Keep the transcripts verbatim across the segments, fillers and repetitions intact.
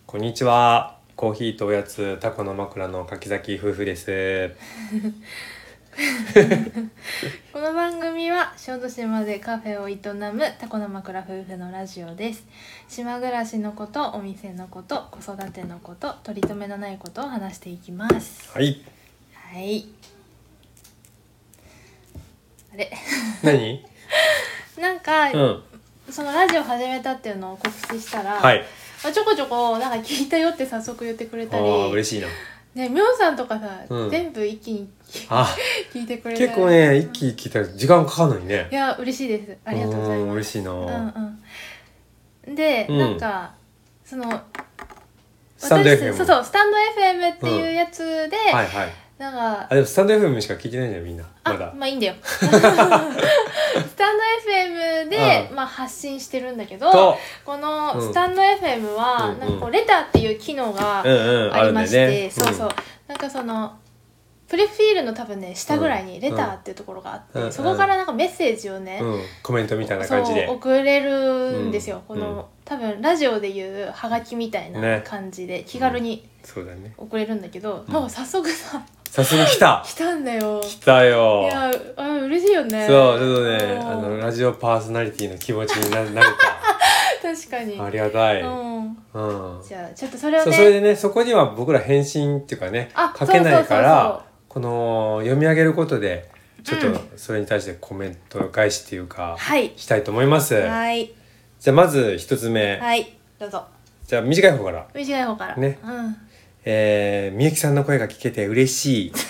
こんにちは。コーヒーとおやつタコの枕の柿崎夫婦です。 この番組は小豆島でカフェを営むタコの枕夫婦のラジオです。島暮らしのこと、お店のこと、子育てのこと、取り留めのないことを話していきます。 はい。 はい。あれ何？ なんか、 うん。 そのラジオ始めたっていうのを告知したら、 はい。 まあ、ちょこちょこなんか聞いたよって早速言ってくれたり、 ああ嬉しいな。 ね、みょんさんとかさ、うん、全部一気にあ聞いてくれたり。 結構ね一気に聞いたら時間かかるのにね。 いや嬉しいです。ありがとうございます。 嬉しいな。 うんうん。で、うん、なんかそのスタンド エフエム。 そうそうスタンド エフエム っていうやつで、うん、はいはい。なんかあでもスタンド エフエム しか聞いてないんだよみんな。まだ。 まあいいんだよ。スタンド エフエム で、まあ、発信してるんだけど、このスタンド エフエム は、うん、なんかこうレターっていう機能がありまして、うんうんね、そうそう、なんかそのプロフィールの多分ね下ぐらいにレターっていうところがあって、うん、そこからなんかメッセージをね、うん、 コメントみたいな感じで送れるんですよ、うん、この、うん、多分ラジオでいうハガキみたいな感じで気軽に送れるんだけど、うん、なんか早速さ早速来た来たんだよ来たよ。 いやあ嬉しいよね。 そうちょっとねあのラジオパーソナリティの気持ちになれた確かにありがたい、 うんうん、じゃあちょっとそれをねそうそれでねそこには僕ら返信っていうかね書けないからこの読み上げることでちょっとそれに対してコメント返しっていうか、うん、したいと思います。 はいじゃあまず一つ目はいどうぞ。 じゃあ短い方から短い方からね、 うんえー、みゆきさんの声が聞けて嬉しい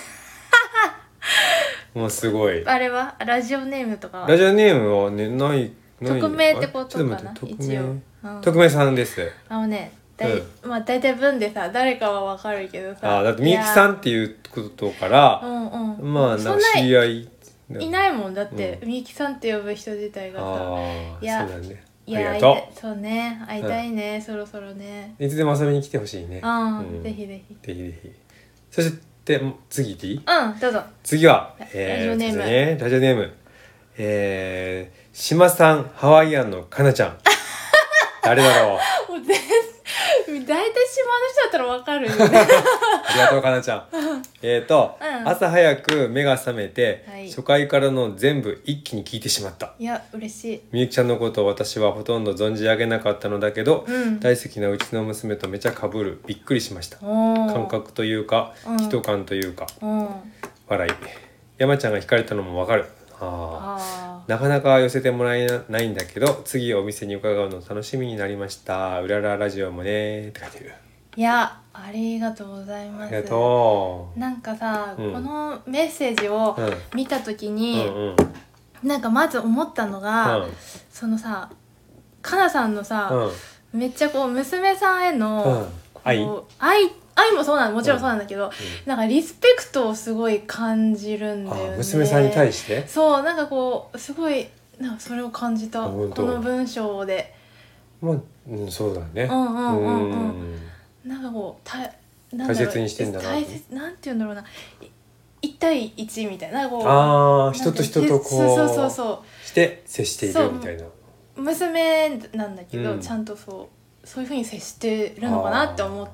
もうすごい。 あれはラジオネームとかはラジオネームはねないない匿名ってことかな匿一応、 うん、匿名さんです。 あのねだい、うん、まあ大体文でさ誰かはわかるけどさあだってみゆきさんっていうことから、うんうん、まあなんか知り合いいないもんだって、うん、みゆきさんって呼ぶ人自体がさあいやそうだねいやありがとう。そうね会いたいね、うん、そろそろねいつでも遊びに来てほしいね。 あ、うん、ぜひぜひぜひぜひ。そして次いっていい？ うんどうぞ。 次は、 えー、ラジオネーム、 ね、ラジオネームえー、島さんハワイアンのかなちゃん誰だろう。 もう全大体島の人だったらわかるよねありがとうかなちゃんえーと、うん、朝早く目が覚めて、はい、初回からの全部一気に聞いてしまった。 いや嬉しい。 みゆきちゃんのことを私はほとんど存じ上げなかったのだけど、うん、大好きなうちの娘とめちゃかぶる。びっくりしました。感覚というか、うん、人感というか、うん、笑い。山ちゃんが惹かれたのもわかる。あなかなか寄せてもらえないんだけど次お店に伺うの楽しみになりました。うららラジオもねって書いてる。 いやありがとうございます。 ありがとう。なんかさ、うん、このメッセージを見た時に、うんうんうん、なんかまず思ったのが、うん、そのさかなさんのさ、うん、めっちゃこう娘さんへの、うん、愛愛愛もそうなのもちろんそうなんだけど、うん、なんかリスペクトをすごい感じるんだよね。 娘さんに対してそうなんかこうすごいなんかそれを感じたこの文章で。 まあ、うん、そうだね。 うんうんうんうん。なんかこうたなん大切にしてんだな。 大切なんて言うんだろうな。一対一みたいな。なんかこうああ人と人とこうそうそうそうして接しているみたいな。 娘なんだけど、うん、ちゃんとそうそういう風に接してるのかなって思って。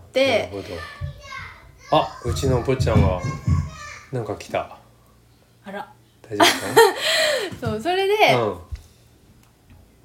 なるほど。あうちのお坊ちゃんはなんか来た。 あら大丈夫かなそうそれで、うん、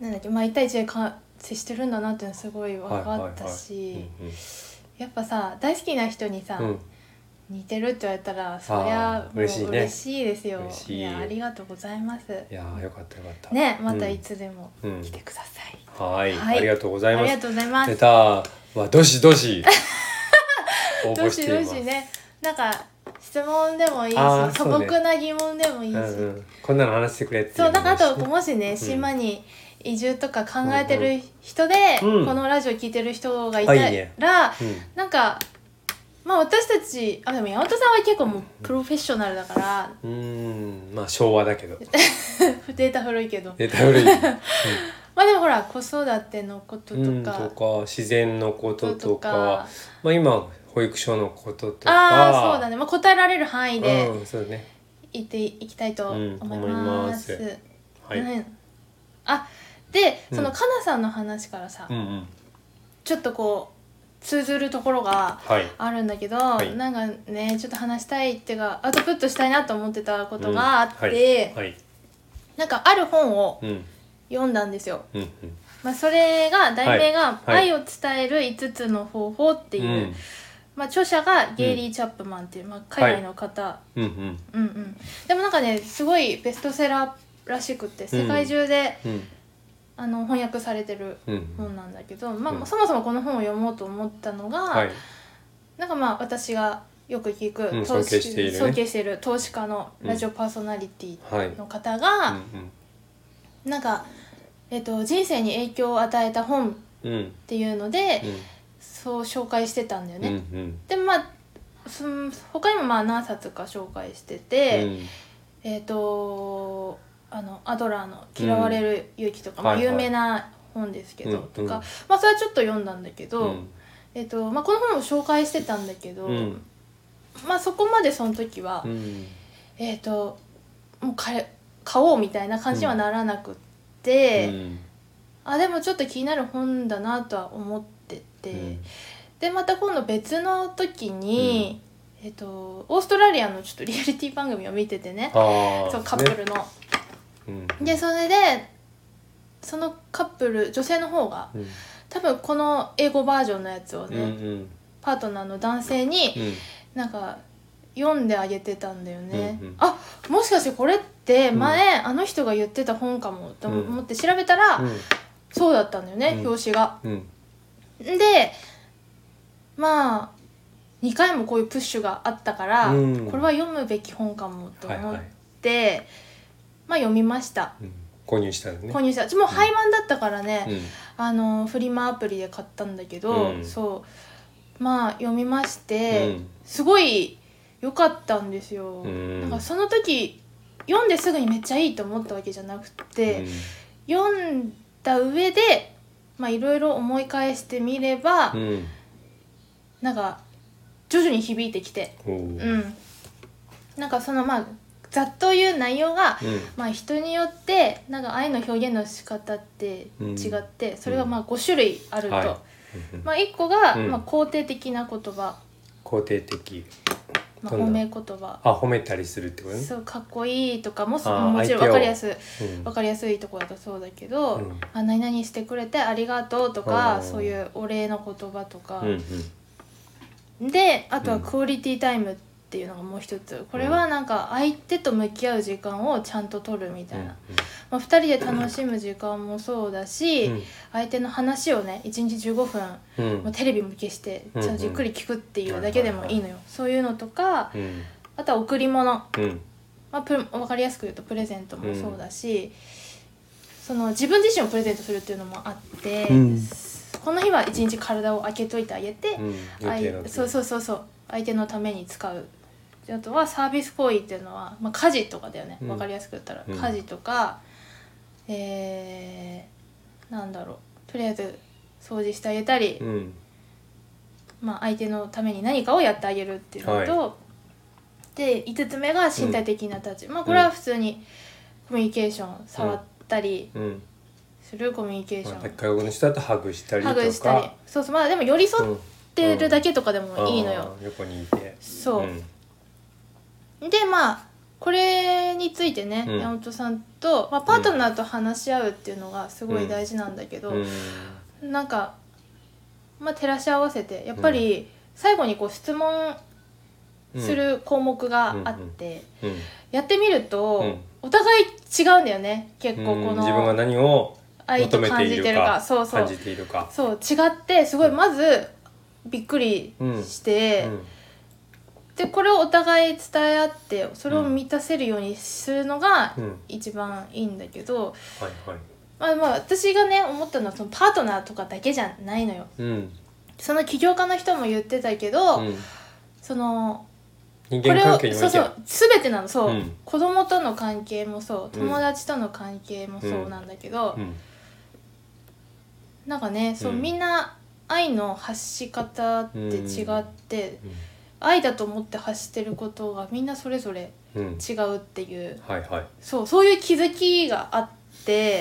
なんだっけまあ一対一でか接してるんだなっていうのすごい分かったし、やっぱさ大好きな人にさ、うん、似てるって言われたらそりゃもう嬉しいね。嬉しいですよ。いやありがとうございます。 いやよかったよかったねまたいつでも来てください。 うん、はい、はい、ありがとうございます。 ありがとうございます。 ネタはどしどし応募しています。 どしどしねなんか質問でもいいし、ね、素朴な疑問でもいいし、うんうん、 こんなの話してくれっていうそうなんかあともしね、うん、島に移住とか考えてる人で、うんうん、このラジオ聞いてる人がいたら、いいねうん、なんかまあ私たちあでも山本さんは結構もうプロフェッショナルだからうーんまあ昭和だけどデータ古いけどデータ古い、うん、 まあでもほら子育てのこととか、うん、 とか自然のこととかまあ今保育所のこととかああそうだね、まあ、答えられる範囲で言っていきたいと思います、うん、思います、はい、うん、あでそのかなさんの話からさ、うんうん、ちょっとこ通ずるところがあるんだけど、はい、なんかねちょっと話したいっていうかアウトプットしたいなと思ってたことがあって、うんはいはい、なんかある本を読んだんですよ、うんうんまあ、それが題名が「愛を伝えるいつつの方法」っていう、はいはいまあ、著者がゲイリー・チャップマンっていう、まあ、海外の方、はいうんうんうんうん、でもなんかねすごいベストセラーらしくって世界中で、うんうんあの翻訳されてる本なんだけど、うんまあ、そもそもこの本を読もうと思ったのが、はい、なんかまあ私がよく聞く、うん、尊敬しているね、尊敬している投資家のラジオパーソナリティの方が、うんはい、なんか、えーと、人生に影響を与えた本っていうので、うん、そう紹介してたんだよね、うんうん、でまあその他にもまあ何冊か紹介してて、うん、えっ、ー、とあのアドラーの「嫌われる勇気」とか、うんまあ、有名な本ですけど、はいはい、とか、うん、まあそれはちょっと読んだんだけど、うんえーとまあ、この本を紹介してたんだけど、うん、まあそこまでその時は、うん、えっ、ー、ともう買買おうみたいな感じにはならなくって、うん、あでもちょっと気になる本だなとは思ってて、うん、でまた今度別の時に、うんえー、とオーストラリアのちょっとリアリティ番組を見ててねそうカップルの。ねうん、でそれでそのカップル女性の方が、うん、多分この英語バージョンのやつをね、うんうん、パートナーの男性に、うん、なんか読んであげてたんだよね、うんうん、あもしかしてこれって前、うん、あの人が言ってた本かもと思って調べたら、うん、そうだったんだよね、うん、表紙が、うん、でまあにかいもこういうプッシュがあったから、うん、これは読むべき本かもと思って、はいはいまあ読みました、 うん、購入したのね購入したうちも廃盤だったからね、うん、あのフリマアプリで買ったんだけど、うん、そうまあ読みまして、うん、すごい良かったんですよ、うん、なんかその時読んですぐにめっちゃいいと思ったわけじゃなくて、うん、読んだ上でまあいろいろ思い返してみれば、うん、なんか徐々に響いてきて、うん、なんかそのまあざっと言う内容が、うんまあ、人によってなんか愛の表現の仕方って違って、うん、それがまあご種類あると、はいまあ、いっこが、うんまあ、肯定的な言葉肯定的、 まあ、褒め言葉あ褒めたりするってことねそうかっこいいとかももちろん分かりやすい、うん、分かりやすいところだとそうだけど、うん、あ何々してくれてありがとうとかそういうお礼の言葉とか、うんうん、であとはクオリティタイムってっていうのがもう一つこれはなんか相手と向き合う時間をちゃんと取るみたいな、うんまあ、ふたりで楽しむ時間もそうだし、うん、相手の話をねいちにちじゅうごふん、うん、もうテレビも消してちゃんとじっくり聞くっていうだけでもいいのよ、うん、そういうのとか、うん、あとは贈り物、うんまあ、プ分かりやすく言うとプレゼントもそうだし、うん、その自分自身をプレゼントするっていうのもあって、うん、この日は一日体を開けといてあげて、うん、あいそうそうそうそう相手のために使うあとはサービス行為っていうのは、まあ、家事とかだよね、うん、分かりやすく言ったら、うん、家事とか、えー、なんだろうとりあえず掃除してあげたり、うんまあ、相手のために何かをやってあげるっていうのと、はい、でいつつめが身体的なタッチ、うんまあ、これは普通にコミュニケーション触ったりするコミュニケーション、まあ、 外国の人だとハグしたりとかハグしたりそうそうまあでも寄り添ってるだけとかでもいいのよ、 うん、横にいてそう、うんでまあこれについてね、うん、山本さんと、まあ、パートナーと話し合うっていうのがすごい大事なんだけど、うん、なんか、まあ、照らし合わせてやっぱり最後にこう質問する項目があって、うんうんうん、やってみると、うん、お互い違うんだよね結構この、うん、 自分が何を求めているかそうそう感じているかそう違ってすごいまずびっくりして、うんうんでこれをお互い伝え合ってそれを満たせるようにするのが一番いいんだけど、うんはいはいまあ、まあ私がね思ったのはそのパートナーとかだけじゃないのよ、うん、その起業家の人も言ってたけど、うん、その人間関係においてそうそう全てなのそう、うん、子供との関係もそう友達との関係もそうなんだけど、うん、なんかねそう、みんな愛の発し方って違って、うん愛だと思って発してることがみんなそれぞれ違うっていう、うんはいはい、そう、そういう気づきがあって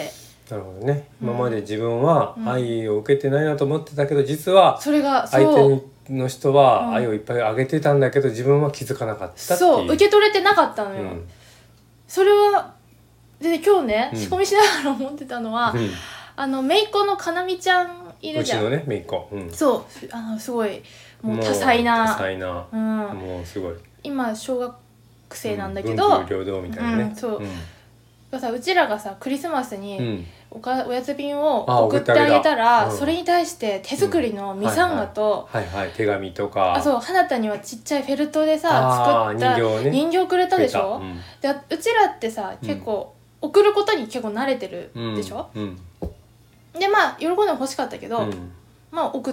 なるほどね、うん、今まで自分は愛を受けてないなと思ってたけど、実はそれが相手の人は愛をいっぱいあげてたんだけど、自分は気づかなかったっていう。 そう受け取れてなかったのよ、うん、それはで今日ね、うん、仕込みしながら思ってたのは、うん、あの姪っ子のかなみちゃんいるじゃん。 うちのね姪っ子、うん、 そうあのすごいもう多彩な多彩な、うん、もうすごい今小学生なんだけど、 文武両道みたいなね、 うん、そう、うん、さうちらがさクリスマスにおかおやつ便を送ってあげたら、うん、それに対して手作りのミサンガと、 うん、はいはい、はいはい、手紙とか、 あそう花田にはちっちゃいフェルトでさ作った人形、ね、人形くれたでしょ、うん、でうちらってさ結構、うん、送ることに結構慣れてるでしょ、うんうん、でまあ喜んで欲しかったけど、うん、まあ送って、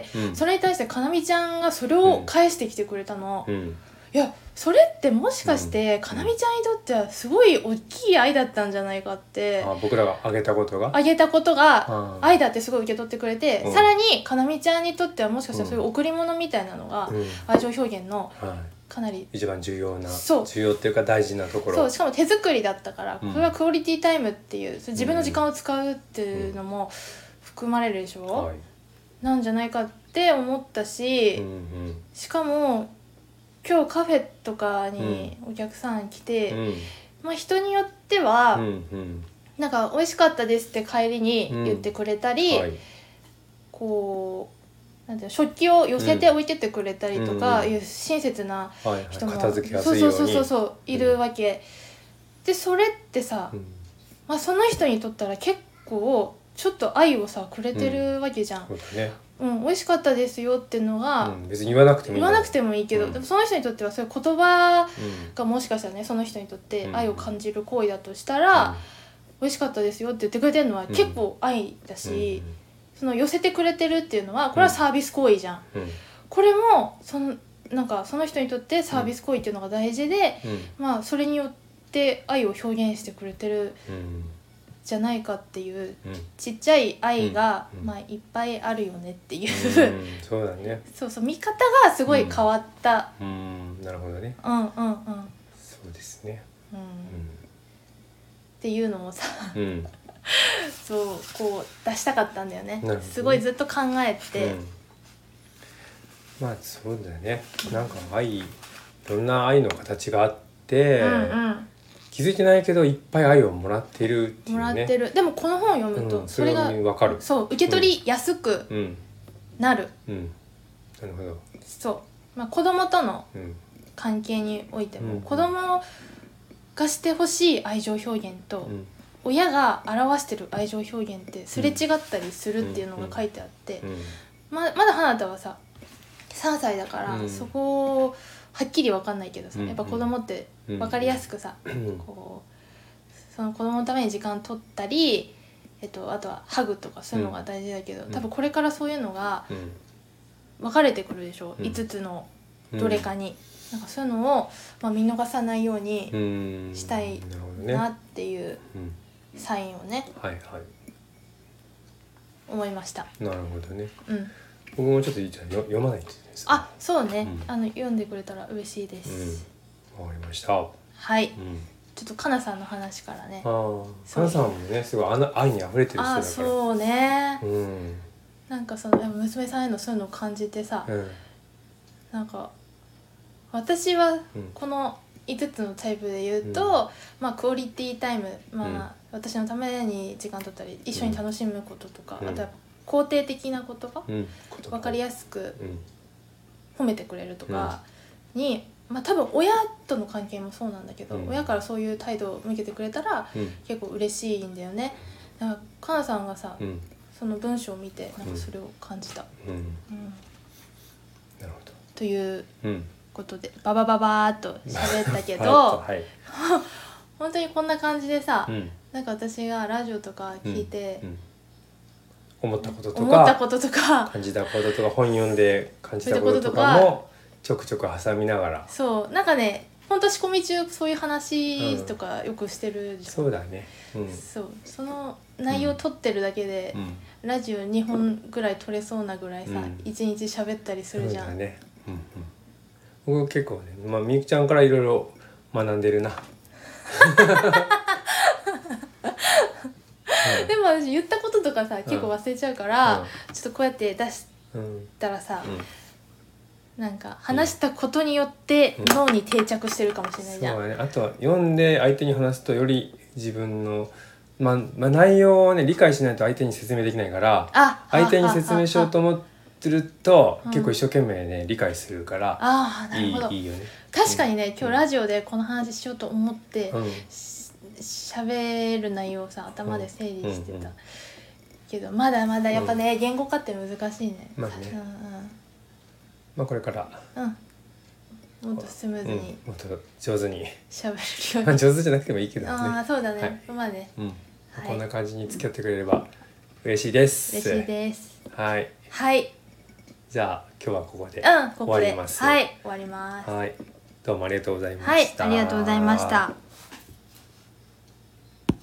うん、それに対してかなみちゃんがそれを返してきてくれたの、うん、いやそれってもしかして、うん、かなみちゃんにとってはすごい大きい愛だったんじゃないかって、 あ僕らがあげたことがあげたことが愛だってすごい受け取ってくれて、うん、さらにかなみちゃんにとってはもしかしたらそういう贈り物みたいなのが、うん、愛情表現のかなり、 一番重要な重要っていうか大事なところ、 そうしかも手作りだったから、これはクオリティタイムっていう自分の時間を使うっていうのも含まれるでしょ、うんはい、なんじゃないかって思ったし、うんうん、しかも今日カフェとかにお客さん来て、うん、まあ人によっては、うんうん、なんか美味しかったですって帰りに言ってくれたり、うんはい、こうなんていうの食器を寄せて置いてってくれたりとか、うん、いう親切な人も、 はいはい、片付けやすいようにそうそうそうそういるわけ、うん、でそれってさ、うんまあ、その人にとったら結構ちょっと愛をさくれてるわけじゃん、うんそうだねうん、美味しかったですよっていうのが、うん、 別に言わなくてもいい言わなくてもいいけど、うん、でもその人にとってはそういう言葉がもしかしたらねその人にとって愛を感じる行為だとしたら、うん、美味しかったですよって言ってくれてるのは結構愛だし、うん、その寄せてくれてるっていうのはこれはサービス行為じゃん、うん、これもそのなんかその人にとってサービス行為っていうのが大事で、まあそれによって愛を表現してくれてる、じゃないかっていう、うん、ちっちゃい愛が、うんまあ、いっぱいあるよねっていう、うん、 そうだねそうそう見方がすごい変わった、 うん、うん、なるほどねうんうんうんそうですね、 うん、っていうのもさ、うん、そうこう出したかったんだよね、ねすごいずっと考えて、うん、 まあそうだよねなんか愛いろんな愛の形があって、うんうん気づいてないけどいっぱい愛をもらってるっていうね。 もらってる。でもこの本を読むと、 うん、それが分かる。 そう受け取りやすくなる。 うん。うん、なるほど。 そう。まあ子供との関係においても、うん、子供がしてほしい愛情表現と、うん、親が表してる愛情表現ってすれ違ったりするっていうのが書いてあって、うんうん、ままだ花田はささんさいだから、うん、そこをはっきり分かんないけどさ、やっぱ子供って分かりやすくさ、うん、こうその子供のために時間取ったり、えっと、あとはハグとかそういうのが大事だけど、うん、多分これからそういうのが分かれてくるでしょ、うん、いつつのどれかに、うん、なんかそういうのを、まあ、見逃さないようにしたいなっていうサインをね、 はいはい、 思いました。 なるほどね、うん僕もちょっとじゃあ読まないとですね。 あ、そうね、うん、あの読んでくれたら嬉しいです。 わ、うん、かりました。 はい、うん、ちょっとかなさんの話からね。 ああ、かなさんもね、すごいあの愛に溢れてる人だから。あ、 そうね。うん。なんかその娘さんへのそういうのを感じてさ、うん、なんか私はこのいつつのタイプで言うと、うん、まあクオリティタイム、まあ、うん、私のために時間取ったり、一緒に楽しむこととか、うん、あとは肯定的な言葉、うん、分かりやすく褒めてくれるとかに、うん、まあ多分親との関係もそうなんだけど、うん、親からそういう態度を向けてくれたら、うん、結構嬉しいんだよね。だからかなさんがさ、うん、その文章を見てなんかそれを感じた。うんうん、 なるほど。 ということで、ババババーっと喋ったけど、はい、本当にこんな感じでさ、うん、なんか私がラジオとか聞いて、うんうん思ったこととか思ったこととか感じたこととか本読んで感じたこととかもちょくちょく挟みながらそうなんかねほんと仕込み中そういう話とかよくしてるじゃん、うん、 そうだね、うん、 そうその内容を撮ってるだけで、うん、ラジオにほんぐらい撮れそうなぐらいさ、うん、いちにち喋ったりするじゃん。 そうだね、うんうん、僕結構ね、まあ、みゆきちゃんからいろいろ学んでるなでも私言ったこととかさ結構忘れちゃうから、うん、ちょっとこうやって出したらさ、うん、なんか話したことによって脳に定着してるかもしれないじゃん、 うん、そうだね。あとは読んで相手に話すとより自分のまあまあ、内容をね理解しないと相手に説明できないから相手に説明しようと思ってると結構一生懸命ね、うん、理解するからあなるほどいい、いいよね。確かにね、うん、今日ラジオでこの話しようと思って、うん、しゃべる内容をさ頭で整理してた、うんうんうん、けどまだまだやっぱね、うん、言語化って難しいね。 まあね、うんうん、まあこれからうんもっとスムーズに、うん、 もっと上手にしゃべるように上手じゃなくてもいいけどね。 ああそうだね、はい、まあね、 うんはい、こんな感じに付き合ってくれれば嬉しいです。 嬉しいです。 はい。 はい。 じゃあ今日はここで終わります。 うん、はい、終わります。 はい。どうもありがとうございました。はい、ありがとうございました。